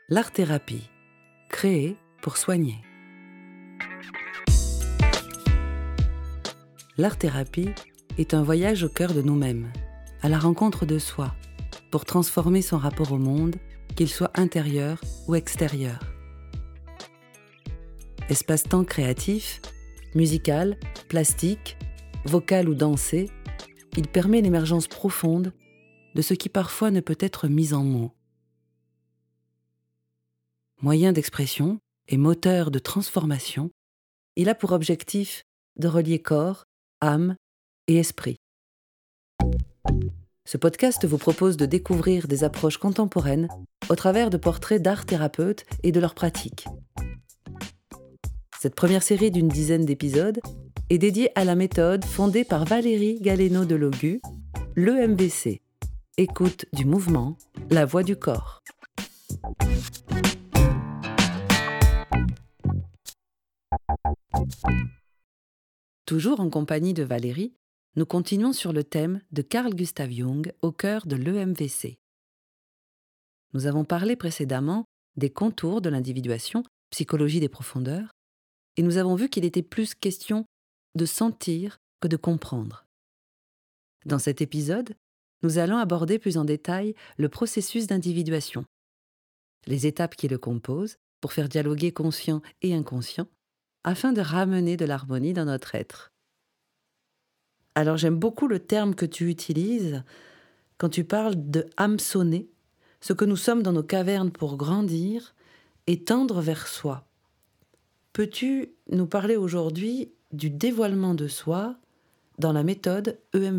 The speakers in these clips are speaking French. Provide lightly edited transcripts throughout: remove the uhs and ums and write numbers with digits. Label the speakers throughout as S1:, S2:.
S1: L'art-thérapie, créée pour soigner. L'art-thérapie est un voyage au cœur de nous-mêmes, à la rencontre de soi, pour transformer son rapport au monde, qu'il soit intérieur ou extérieur. Espace-temps créatif, musical, plastique, vocal ou dansé, il permet l'émergence profonde de ce qui parfois ne peut être mis en mots. Moyen d'expression et moteur de transformation, il a pour objectif de relier corps, âme et esprit. Ce podcast vous propose de découvrir des approches contemporaines au travers de portraits d'art-thérapeutes et de leurs pratiques. Cette première série d'une dizaine d'épisodes est dédiée à la méthode fondée par Valérie Galeno-Delogu, l'EMVC, écoute du mouvement, la voix du corps. Toujours en compagnie de Valérie, nous continuons sur le thème de Carl Gustav Jung au cœur de l'EMVC. Nous avons parlé précédemment des contours de l'individuation, psychologie des profondeurs, et nous avons vu qu'il était plus question de sentir que de comprendre. Dans cet épisode, nous allons aborder plus en détail le processus d'individuation, les étapes qui le composent pour faire dialoguer conscient et inconscient, afin de ramener de l'harmonie dans notre être. Alors j'aime beaucoup le terme que tu utilises quand tu parles de hameçonner, ce que nous sommes dans nos cavernes pour grandir et tendre vers soi. Peux-tu nous parler aujourd'hui du dévoilement de soi dans la méthode EMVC ?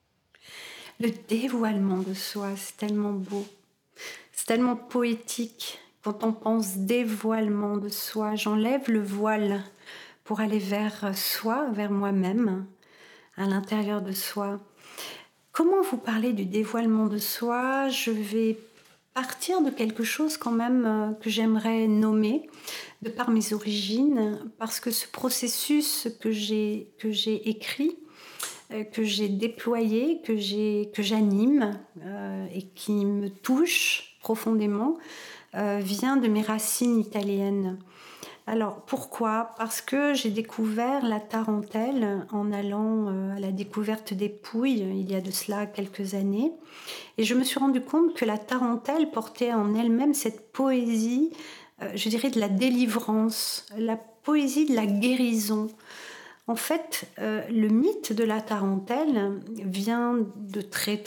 S2: Le dévoilement de soi, c'est tellement beau, c'est tellement poétique. Quand on pense dévoilement de soi, j'enlève le voile pour aller vers soi, vers moi-même, à l'intérieur de soi. Comment vous parler du dévoilement de soi ? Je vais partir de quelque chose quand même que j'aimerais nommer, de par mes origines, parce que ce processus que j'ai écrit, que j'ai déployé, que j'anime et qui me touche profondément, vient de mes racines italiennes. Alors pourquoi ? Parce que j'ai découvert la tarentelle en allant à la découverte des Pouilles il y a de cela quelques années, et je me suis rendu compte que la tarentelle portait en elle-même cette poésie, je dirais de la délivrance, la poésie de la guérison. En fait, le mythe de la tarentelle vient de très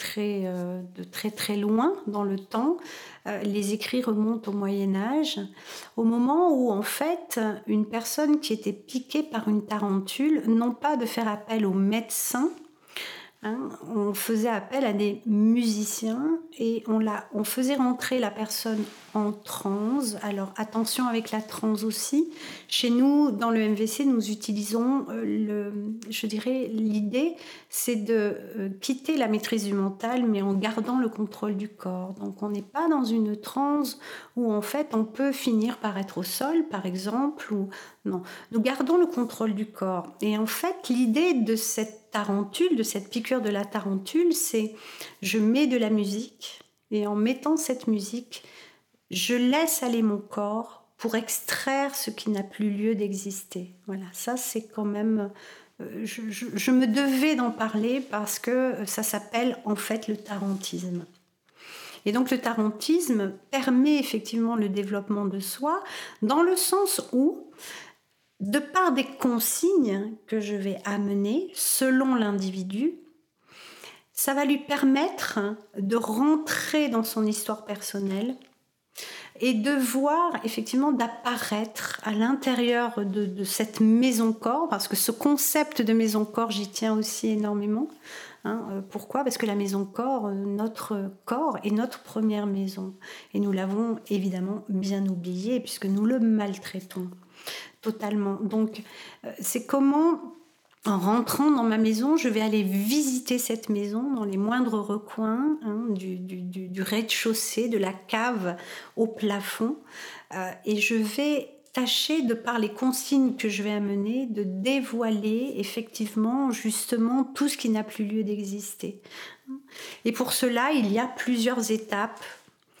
S2: loin dans le temps. Les écrits remontent au Moyen-Âge, au moment où, en fait, une personne qui était piquée par une tarentule, non pas de faire appel aux médecins, on faisait appel à des musiciens et on faisait rentrer la personne en transe. Alors attention avec la transe aussi. Chez nous, dans le MVC, nous utilisons l'idée, c'est de quitter la maîtrise du mental, mais en gardant le contrôle du corps. Donc on n'est pas dans une transe où en fait on peut finir par être au sol, par exemple, ou non. Nous gardons le contrôle du corps. Et en fait, l'idée de cette tarentule, de cette piqûre de la tarentule, c'est je mets de la musique et en mettant cette musique, je laisse aller mon corps pour extraire ce qui n'a plus lieu d'exister. Voilà, ça c'est quand même... Je me devais d'en parler parce que ça s'appelle en fait le tarentisme. Et donc le tarentisme permet effectivement le développement de soi dans le sens où, de par des consignes que je vais amener selon l'individu, ça va lui permettre de rentrer dans son histoire personnelle et de voir effectivement d'apparaître à l'intérieur de cette maison-corps, parce que ce concept de maison-corps, j'y tiens aussi énormément. Pourquoi ? Parce que la maison-corps, notre corps est notre première maison. Et nous l'avons évidemment bien oublié puisque nous le maltraitons totalement. Donc, c'est comment, en rentrant dans ma maison, je vais aller visiter cette maison dans les moindres recoins, du rez-de-chaussée, de la cave au plafond, et je vais tâcher, de par les consignes que je vais amener, de dévoiler effectivement justement tout ce qui n'a plus lieu d'exister. Et pour cela, il y a plusieurs étapes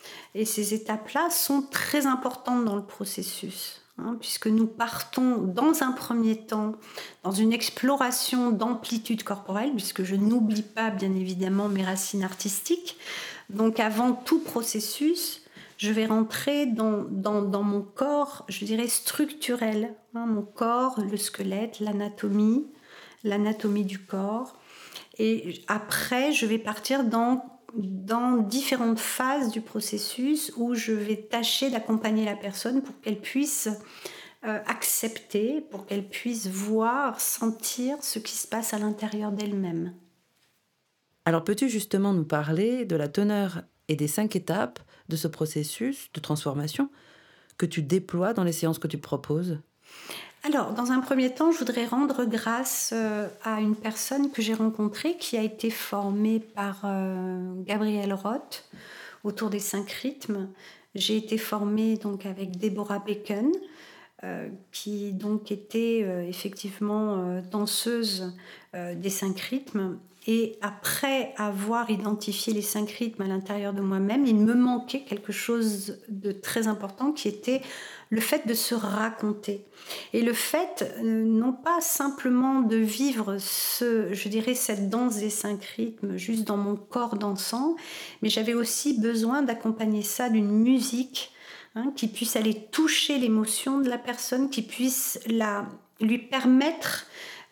S2: Et ces étapes-là sont très importantes dans le processus, hein, puisque nous partons dans un premier temps dans une exploration d'amplitude corporelle, puisque je n'oublie pas bien évidemment mes racines artistiques. Donc avant tout processus, je vais rentrer dans mon corps, je dirais structurel, hein, mon corps, le squelette, l'anatomie du corps. Et après, je vais partir dans différentes phases du processus où je vais tâcher d'accompagner la personne pour qu'elle puisse accepter, pour qu'elle puisse voir, sentir ce qui se passe à l'intérieur d'elle-même.
S1: Alors peux-tu justement nous parler de la teneur et des 5 étapes de ce processus de transformation que tu déploies dans les séances que tu proposes?
S2: Alors, dans un premier temps, je voudrais rendre grâce à une personne que j'ai rencontrée qui a été formée par Gabrielle Roth autour des 5 rythmes. J'ai été formée donc avec Deborah Bacon, qui donc était effectivement danseuse des 5 rythmes. Et après avoir identifié les 5 rythmes à l'intérieur de moi-même, il me manquait quelque chose de très important qui était le fait de se raconter. Et le fait, non pas simplement de vivre je dirais, cette danse des 5 rythmes juste dans mon corps dansant, mais j'avais aussi besoin d'accompagner ça d'une musique, hein, qui puisse aller toucher l'émotion de la personne, qui puisse lui permettre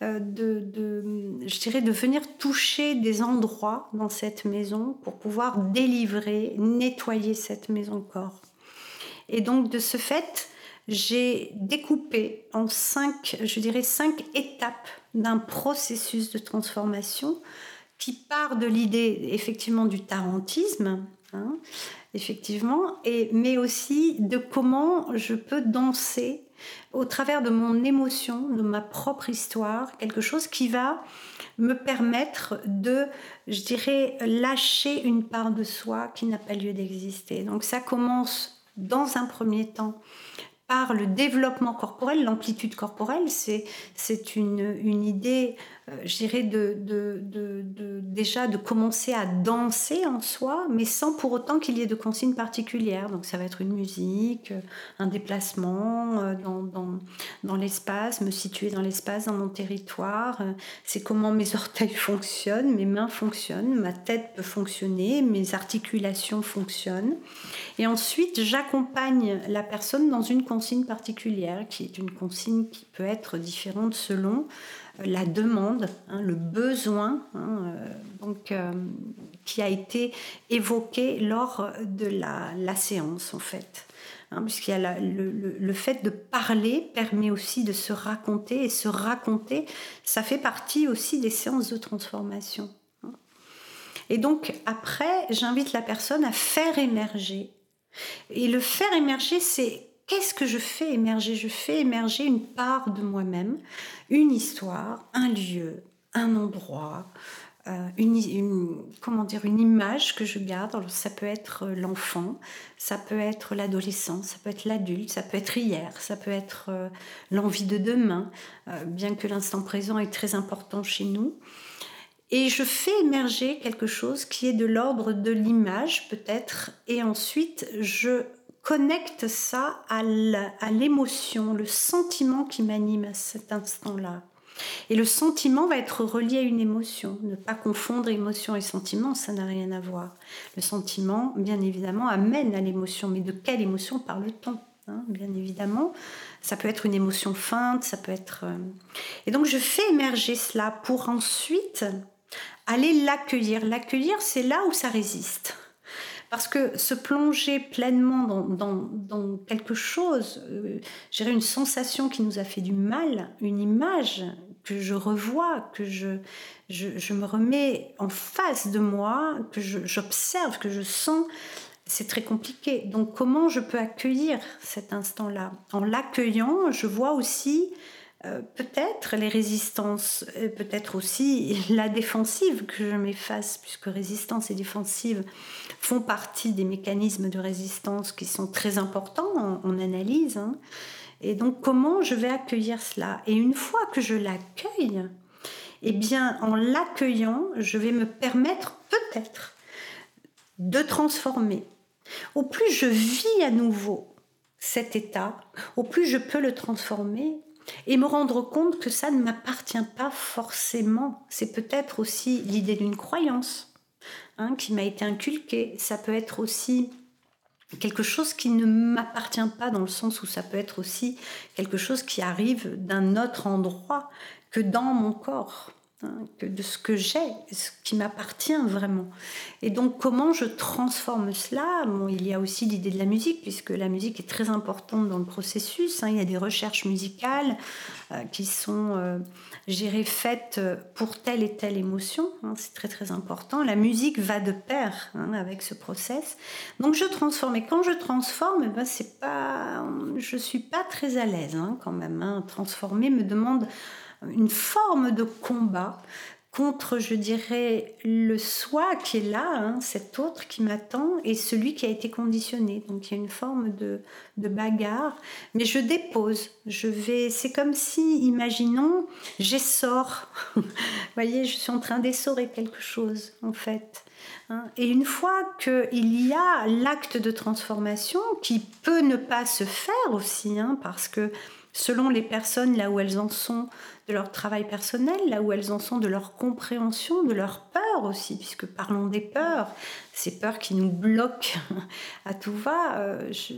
S2: je dirais, de venir toucher des endroits dans cette maison pour pouvoir délivrer, nettoyer cette maison-corps. Et donc, de ce fait, j'ai découpé en 5 étapes d'un processus de transformation qui part de l'idée, effectivement, du tarantisme, hein, effectivement, mais aussi de comment je peux danser au travers de mon émotion, de ma propre histoire, quelque chose qui va me permettre de, je dirais, lâcher une part de soi qui n'a pas lieu d'exister. Donc ça commence dans un premier temps par le développement corporel, l'amplitude corporelle, c'est une idée, je dirais, déjà de commencer à danser en soi, mais sans pour autant qu'il y ait de consignes particulières. Donc ça va être une musique, un déplacement dans l'espace, me situer dans l'espace, dans mon territoire. C'est comment mes orteils fonctionnent, mes mains fonctionnent, ma tête peut fonctionner, mes articulations fonctionnent. Et ensuite, j'accompagne la personne dans une consigne particulière, qui est une consigne qui peut être différente selon la demande, hein, le besoin, hein, qui a été évoqué lors de la séance, en fait. Hein, puisqu'il y a le fait de parler permet aussi de se raconter, et se raconter, ça fait partie aussi des séances de transformation. Hein. Et donc, après, j'invite la personne à faire émerger. Et le faire émerger, c'est qu'est-ce que je fais émerger? Je fais émerger une part de moi-même, une histoire, un lieu, un endroit, une image que je garde. Alors, ça peut être l'enfant, ça peut être l'adolescent, ça peut être l'adulte, ça peut être hier, ça peut être l'envie de demain, bien que l'instant présent est très important chez nous. Et je fais émerger quelque chose qui est de l'ordre de l'image peut-être, et ensuite je connecte ça à l'émotion, le sentiment qui m'anime à cet instant-là. Et le sentiment va être relié à une émotion. Ne pas confondre émotion et sentiment, ça n'a rien à voir. Le sentiment, bien évidemment, amène à l'émotion. Mais de quelle émotion parle-t-on, hein, bien évidemment, ça peut être une émotion feinte, ça peut être... Et donc je fais émerger cela pour ensuite aller l'accueillir. L'accueillir, c'est là où ça résiste. Parce que se plonger pleinement dans quelque chose, je dirais une sensation qui nous a fait du mal, une image que je revois, que je me remets en face de moi, que j'observe, que je sens, c'est très compliqué. Donc comment je peux accueillir cet instant-là? En l'accueillant, je vois aussi peut-être les résistances, peut-être aussi la défensive que je m'efface, puisque résistance et défensive font partie des mécanismes de résistance qui sont très importants en analyse. Hein. Et donc, comment je vais accueillir cela? Et une fois que je l'accueille, eh bien, en l'accueillant, je vais me permettre peut-être de transformer. au plus je vis à nouveau cet état, au plus je peux le transformer et me rendre compte que ça ne m'appartient pas forcément. C'est peut-être aussi l'idée d'une croyance, qui m'a été inculquée. Ça peut être aussi quelque chose qui ne m'appartient pas, dans le sens où ça peut être aussi quelque chose qui arrive d'un autre endroit que dans mon corps, que de ce que j'ai, ce qui m'appartient vraiment. Et donc comment je transforme cela? Bon, il y a aussi l'idée de la musique, puisque la musique est très importante dans le processus. Il y a des recherches musicales qui sont, je dirais, faites pour telle et telle émotion. C'est très très important. La musique va de pair avec ce process. Donc je transforme. Et quand je transforme, je suis pas très à l'aise quand même. Transformer me demande une forme de combat contre, je dirais, le soi qui est là, cet autre qui m'attend, et celui qui a été conditionné. Donc il y a une forme de bagarre, mais je dépose. C'est comme si, imaginons, j'essore. Vous voyez, je suis en train d'essorer quelque chose, en fait. Et une fois qu'il y a l'acte de transformation, qui peut ne pas se faire aussi, parce que selon les personnes, là où elles en sont de leur travail personnel, là où elles en sont de leur compréhension, de leur peur aussi, puisque parlons des peurs, ces peurs qui nous bloquent à tout va,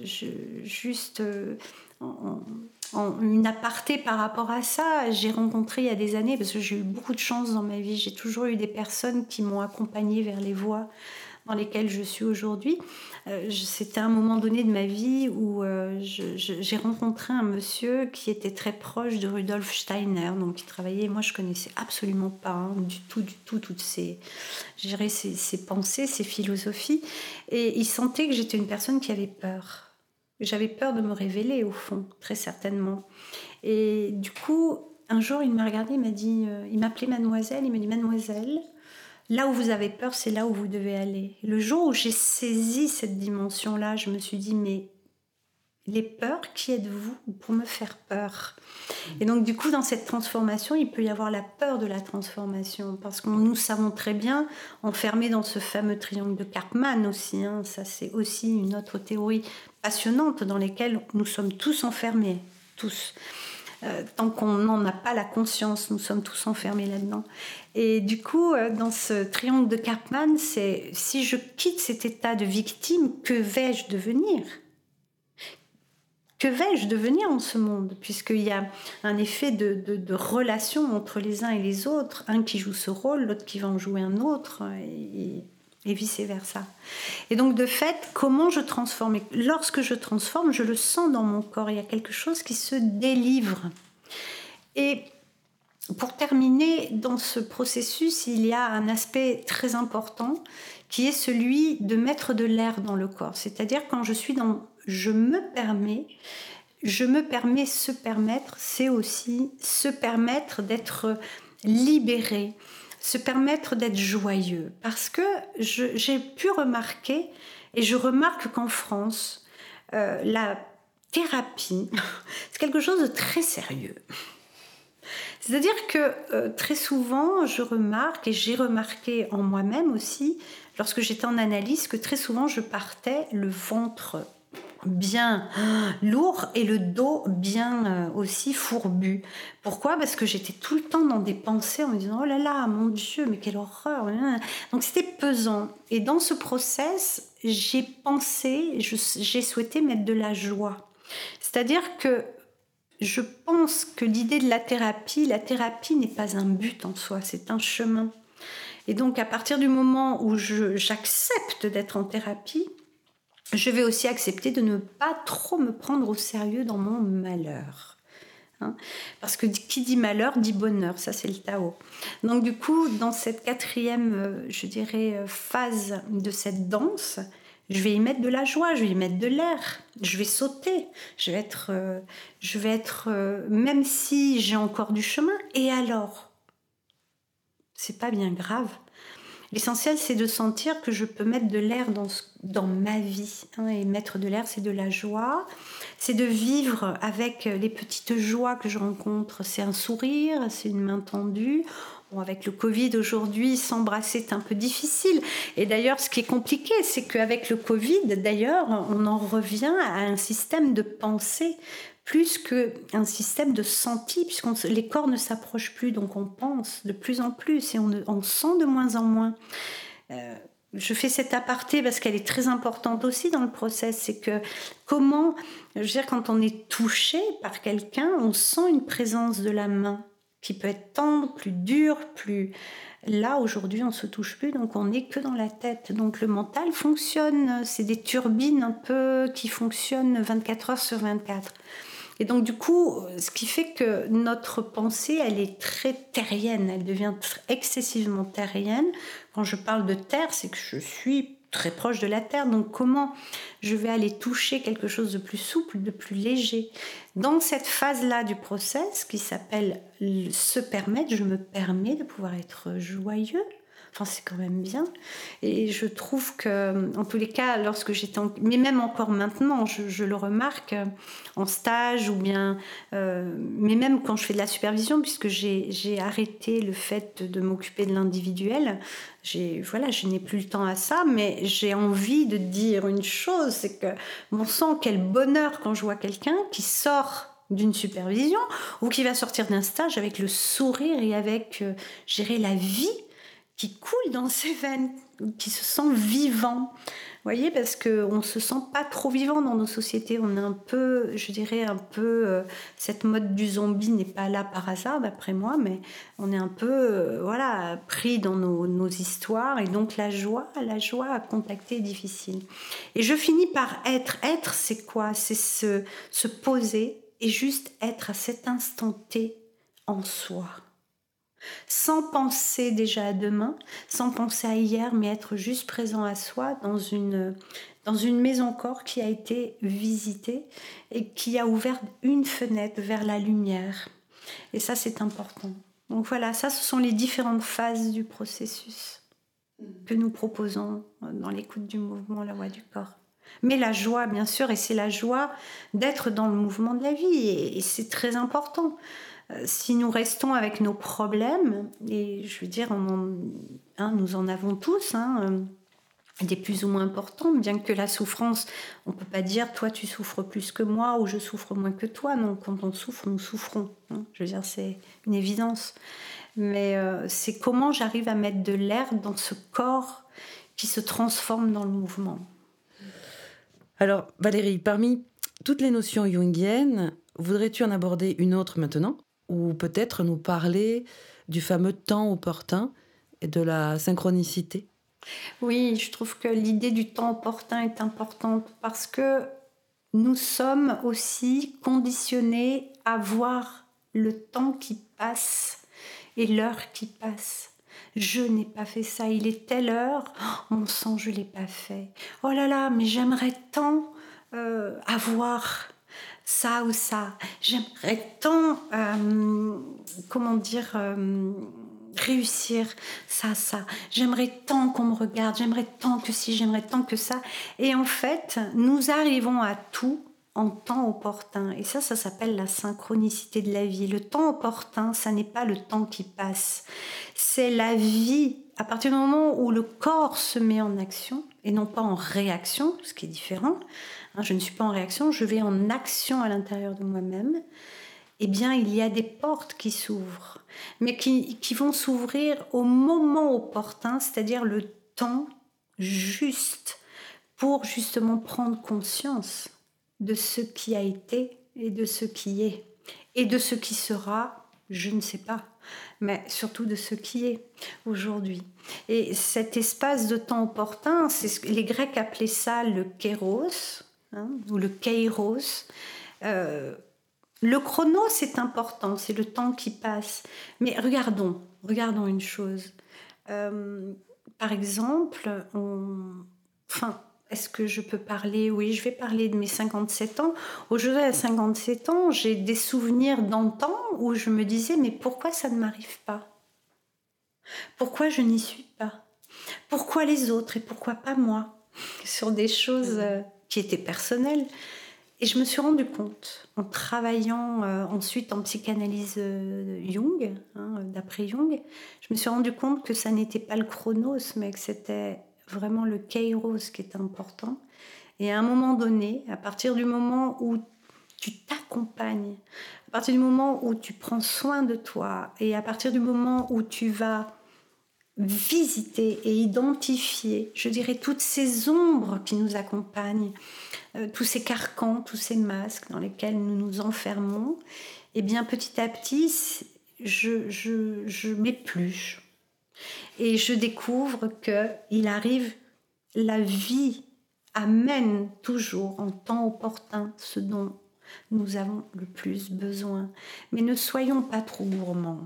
S2: en une aparté par rapport à ça, j'ai rencontré il y a des années, parce que j'ai eu beaucoup de chance dans ma vie, j'ai toujours eu des personnes qui m'ont accompagnée vers les voies dans lesquelles je suis aujourd'hui. C'était un moment donné de ma vie où j'ai rencontré un monsieur qui était très proche de Rudolf Steiner, donc qui travaillait, moi je connaissais absolument pas du tout, toutes ses pensées, ses philosophies, et il sentait que j'étais une personne qui avait peur. J'avais peur de me révéler au fond, très certainement. Et du coup, un jour il m'a regardée, il m'appelait mademoiselle, il m'a dit: mademoiselle, là où vous avez peur, c'est là où vous devez aller. Le jour où j'ai saisi cette dimension-là, je me suis dit: mais les peurs, qui êtes-vous pour me faire peur? Et donc du coup, dans cette transformation, il peut y avoir la peur de la transformation, parce que nous savons très bien, enfermés dans ce fameux triangle de Karpman aussi, ça c'est aussi une autre théorie passionnante dans laquelle nous sommes tous enfermés, tous. Tant qu'on n'en a pas la conscience, nous sommes tous enfermés là-dedans. Et du coup, dans ce triangle de Karpman, c'est si je quitte cet état de victime, que vais-je devenir ? Que vais-je devenir en ce monde ? Puisqu'il y a un effet de relation entre les uns et les autres, un qui joue ce rôle, l'autre qui va en jouer un autre, et vice-versa. Et donc, de fait, comment je transforme ? Et lorsque je transforme, je le sens dans mon corps. Il y a quelque chose qui se délivre. Et pour terminer, dans ce processus, il y a un aspect très important qui est celui de mettre de l'air dans le corps. C'est-à-dire, quand je suis dans « je me permets », se permettre, c'est aussi se permettre d'être libéré, se permettre d'être joyeux. Parce que j'ai pu remarquer, et je remarque qu'en France, la thérapie, c'est quelque chose de très sérieux. C'est-à-dire que très souvent, je remarque, et j'ai remarqué en moi-même aussi, lorsque j'étais en analyse, que très souvent, je partais le ventre bien lourd et le dos bien aussi fourbu. Pourquoi ? Parce que j'étais tout le temps dans des pensées en me disant « Oh là là, mon Dieu, mais quelle horreur !» Donc c'était pesant. Et dans ce process, j'ai souhaité mettre de la joie. C'est-à-dire que je pense que l'idée de la thérapie n'est pas un but en soi, c'est un chemin. Et donc à partir du moment où j'accepte d'être en thérapie, je vais aussi accepter de ne pas trop me prendre au sérieux dans mon malheur. Parce que qui dit malheur dit bonheur, ça c'est le Tao. Donc du coup, dans cette quatrième, phase de cette danse, je vais y mettre de la joie, je vais y mettre de l'air, je vais sauter, je vais être même si j'ai encore du chemin, et alors ? C'est pas bien grave. L'essentiel, c'est de sentir que je peux mettre de l'air dans ma vie. Et mettre de l'air, c'est de la joie. C'est de vivre avec les petites joies que je rencontre. C'est un sourire, c'est une main tendue. Bon, avec le Covid aujourd'hui, s'embrasser est un peu difficile. Et d'ailleurs, ce qui est compliqué, c'est qu'avec le Covid, d'ailleurs, on en revient à un système de pensée plus qu'un système de senti, puisque les corps ne s'approchent plus, donc on pense de plus en plus et on sent de moins en moins. Je fais cet aparté parce qu'elle est très importante aussi dans le process, c'est que comment, je veux dire, quand on est touché par quelqu'un, on sent une présence de la main qui peut être tendre, plus dure, plus... Là, aujourd'hui, on se touche plus, donc on n'est que dans la tête. Donc le mental fonctionne, c'est des turbines un peu qui fonctionnent 24 heures sur 24. Et donc du coup, ce qui fait que notre pensée, elle est très terrienne, elle devient excessivement terrienne. Quand je parle de terre, c'est que je suis très proche de la terre, donc comment je vais aller toucher quelque chose de plus souple, de plus léger. Dans cette phase-là du process, qui s'appelle se permettre, je me permets de pouvoir être joyeux. Enfin, c'est quand même bien. Et je trouve que, en tous les cas, lorsque j'étais... Mais même encore maintenant, je le remarque en stage ou bien... mais même quand je fais de la supervision, puisque j'ai arrêté le fait de m'occuper de l'individuel, je n'ai plus le temps à ça, mais j'ai envie de dire une chose, c'est que, bon sang, quel bonheur quand je vois quelqu'un qui sort d'une supervision ou qui va sortir d'un stage avec le sourire et avec gérer la vie qui coule dans ses veines, qui se sent vivant. Vous voyez, parce qu'on ne se sent pas trop vivant dans nos sociétés. On est un peu, je dirais un peu, cette mode du zombie n'est pas là par hasard, d'après moi, mais on est un peu, voilà, pris dans nos histoires. Et donc la joie à contacter est difficile. Et je finis par être. Être, c'est quoi ? C'est se poser et juste être à cet instant T en soi. Sans penser déjà à demain, sans penser à hier, mais être juste présent à soi dans une maison-corps qui a été visitée et qui a ouvert une fenêtre vers la lumière. Et ça, c'est important. Donc voilà, ça, ce sont les différentes phases du processus que nous proposons dans l'écoute du mouvement La Voix du Corps. Mais la joie, bien sûr, et c'est la joie d'être dans le mouvement de la vie, et c'est très important. Si nous restons avec nos problèmes, et je veux dire, nous en avons tous, des plus ou moins importants, bien que la souffrance, on ne peut pas dire toi tu souffres plus que moi ou je souffre moins que toi. Non, quand on souffre, nous souffrons. Je veux dire, c'est une évidence. Mais c'est comment j'arrive à mettre de l'air dans ce corps qui se transforme dans le mouvement.
S1: Alors Valérie, parmi toutes les notions jungiennes, voudrais-tu en aborder une autre maintenant ? Ou peut-être nous parler du fameux temps opportun et de la synchronicité.
S2: Oui, je trouve que l'idée du temps opportun est importante parce que nous sommes aussi conditionnés à voir le temps qui passe et l'heure qui passe. Je n'ai pas fait ça, il est telle heure, oh, mon sang, je ne l'ai pas fait. Oh là là, mais j'aimerais tant avoir ça ou ça. J'aimerais tant, réussir ça. J'aimerais tant qu'on me regarde, j'aimerais tant que ci, j'aimerais tant que ça. Et en fait, nous arrivons à tout en temps opportun. Et ça s'appelle la synchronicité de la vie. Le temps opportun, ça n'est pas le temps qui passe. C'est la vie. À partir du moment où le corps se met en action, et non pas en réaction, ce qui est différent, je ne suis pas en réaction, je vais en action à l'intérieur de moi-même, eh bien, il y a des portes qui s'ouvrent, mais qui vont s'ouvrir au moment opportun, c'est-à-dire le temps juste pour justement prendre conscience de ce qui a été et de ce qui est, et de ce qui sera, je ne sais pas, mais surtout de ce qui est aujourd'hui. Et cet espace de temps opportun, les Grecs appelaient ça le kéros, ou le kairos. Le chronos, c'est important, c'est le temps qui passe. Mais regardons une chose. Par exemple, est-ce que je peux parler ? Oui, je vais parler de mes 57 ans. Aujourd'hui, à 57 ans, j'ai des souvenirs d'antan où je me disais, mais pourquoi ça ne m'arrive pas ? Pourquoi je n'y suis pas ? Pourquoi les autres et pourquoi pas moi ? Sur des choses qui étaient personnelles. Et je me suis rendu compte, en travaillant ensuite en psychanalyse Jung, d'après Jung, je me suis rendu compte que ça n'était pas le chronos, mais que c'était vraiment le kairos qui était important. Et à un moment donné, à partir du moment où tu t'accompagnes, à partir du moment où tu prends soin de toi, et à partir du moment où tu vas visiter et identifier, je dirais, toutes ces ombres qui nous accompagnent, tous ces carcans, tous ces masques dans lesquels nous nous enfermons, et bien petit à petit, je m'épluche et je découvre qu'il arrive, la vie amène toujours en temps opportun ce dont nous avons le plus besoin. Mais ne soyons pas trop gourmands.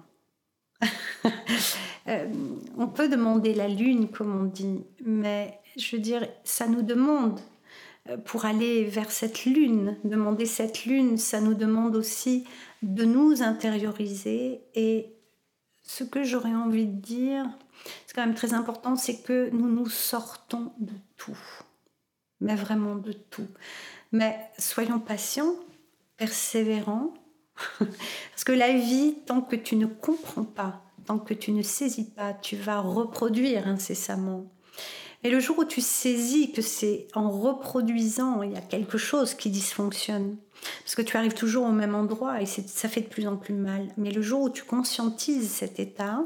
S2: On peut demander la lune, comme on dit, mais je veux dire, ça nous demande, pour aller vers cette lune, demander cette lune, ça nous demande aussi de nous intérioriser. Et ce que j'aurais envie de dire, c'est quand même très important, c'est que nous nous sortons de tout, mais vraiment de tout. Mais soyons patients, persévérants, parce que la vie, tant que tu ne comprends pas, tant que tu ne saisis pas, tu vas reproduire incessamment. Et le jour où tu saisis que c'est en reproduisant, il y a quelque chose qui dysfonctionne, parce que tu arrives toujours au même endroit et ça fait de plus en plus mal. Mais le jour où tu conscientises cet état,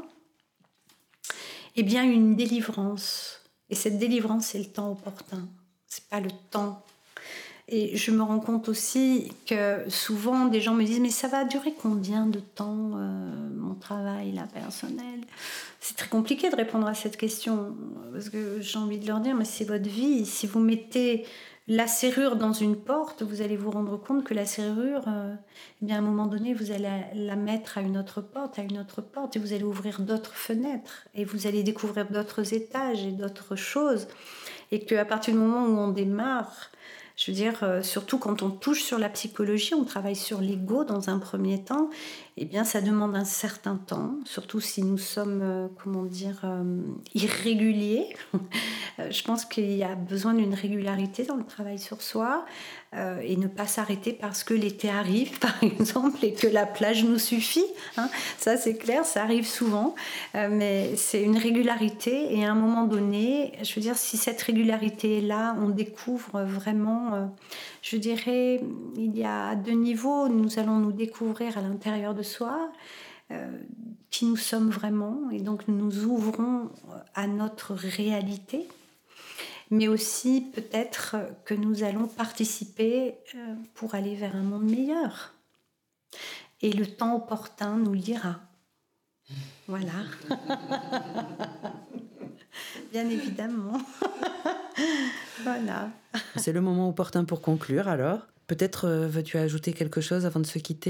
S2: eh bien une délivrance. Et cette délivrance, c'est le temps opportun. C'est pas le temps. Et je me rends compte aussi que souvent des gens me disent « mais ça va durer combien de temps mon travail là, personnel ?» C'est très compliqué de répondre à cette question parce que j'ai envie de leur dire « mais c'est votre vie. Si vous mettez la serrure dans une porte, vous allez vous rendre compte que la serrure, eh bien à un moment donné, vous allez la mettre à une autre porte, et vous allez ouvrir d'autres fenêtres et vous allez découvrir d'autres étages et d'autres choses. Et qu'à partir du moment où on démarre, je veux dire, surtout quand on touche sur la psychologie, on travaille sur l'ego dans un premier temps, eh bien ça demande un certain temps, surtout si nous sommes, irréguliers. Je pense qu'il y a besoin d'une régularité dans le travail sur soi et ne pas s'arrêter parce que l'été arrive, par exemple, et que la plage nous suffit. Ça, c'est clair, ça arrive souvent, mais c'est une régularité et à un moment donné, je veux dire, si cette régularité est là, on découvre vraiment, je dirais, il y a 2 niveaux, nous allons nous découvrir à l'intérieur de soi, qui nous sommes vraiment, et donc nous nous ouvrons à notre réalité, mais aussi peut-être que nous allons participer pour aller vers un monde meilleur. Et le temps opportun nous le dira. Voilà. Bien évidemment. Voilà.
S1: C'est le moment opportun pour conclure alors. Peut-être veux-tu ajouter quelque chose avant de se quitter ?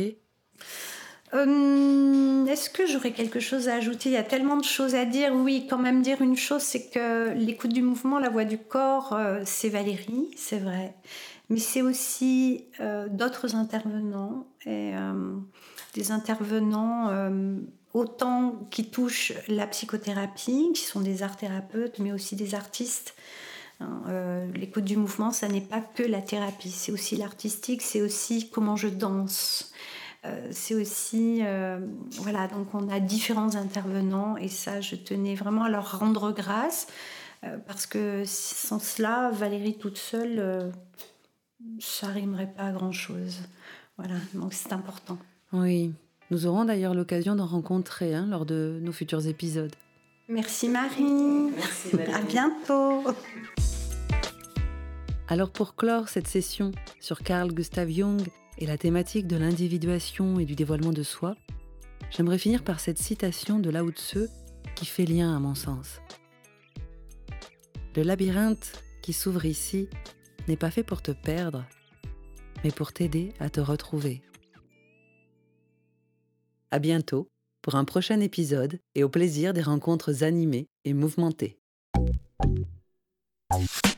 S2: Est-ce que j'aurais quelque chose à ajouter ? Il y a tellement de choses à dire. Oui, quand même dire une chose, c'est que l'écoute du mouvement, la voix du corps, c'est Valérie, c'est vrai. Mais c'est aussi d'autres intervenants, et des intervenants autant qui touchent la psychothérapie, qui sont des art-thérapeutes, mais aussi des artistes. L'écoute du mouvement, ça n'est pas que la thérapie, c'est aussi l'artistique, c'est aussi comment je danse. C'est aussi, voilà, donc on a différents intervenants et ça, je tenais vraiment à leur rendre grâce parce que sans cela, Valérie toute seule, ça rimerait pas à grand-chose. Voilà, donc c'est important.
S1: Oui, nous aurons d'ailleurs l'occasion d'en rencontrer lors de nos futurs épisodes.
S2: Merci Marie.
S1: Merci Valérie.
S2: À bientôt.
S1: Alors pour clore cette session sur Carl Gustav Jung et la thématique de l'individuation et du dévoilement de soi, j'aimerais finir par cette citation de Lao Tzu qui fait lien à mon sens. Le labyrinthe qui s'ouvre ici n'est pas fait pour te perdre, mais pour t'aider à te retrouver. À bientôt pour un prochain épisode et au plaisir des rencontres animées et mouvementées.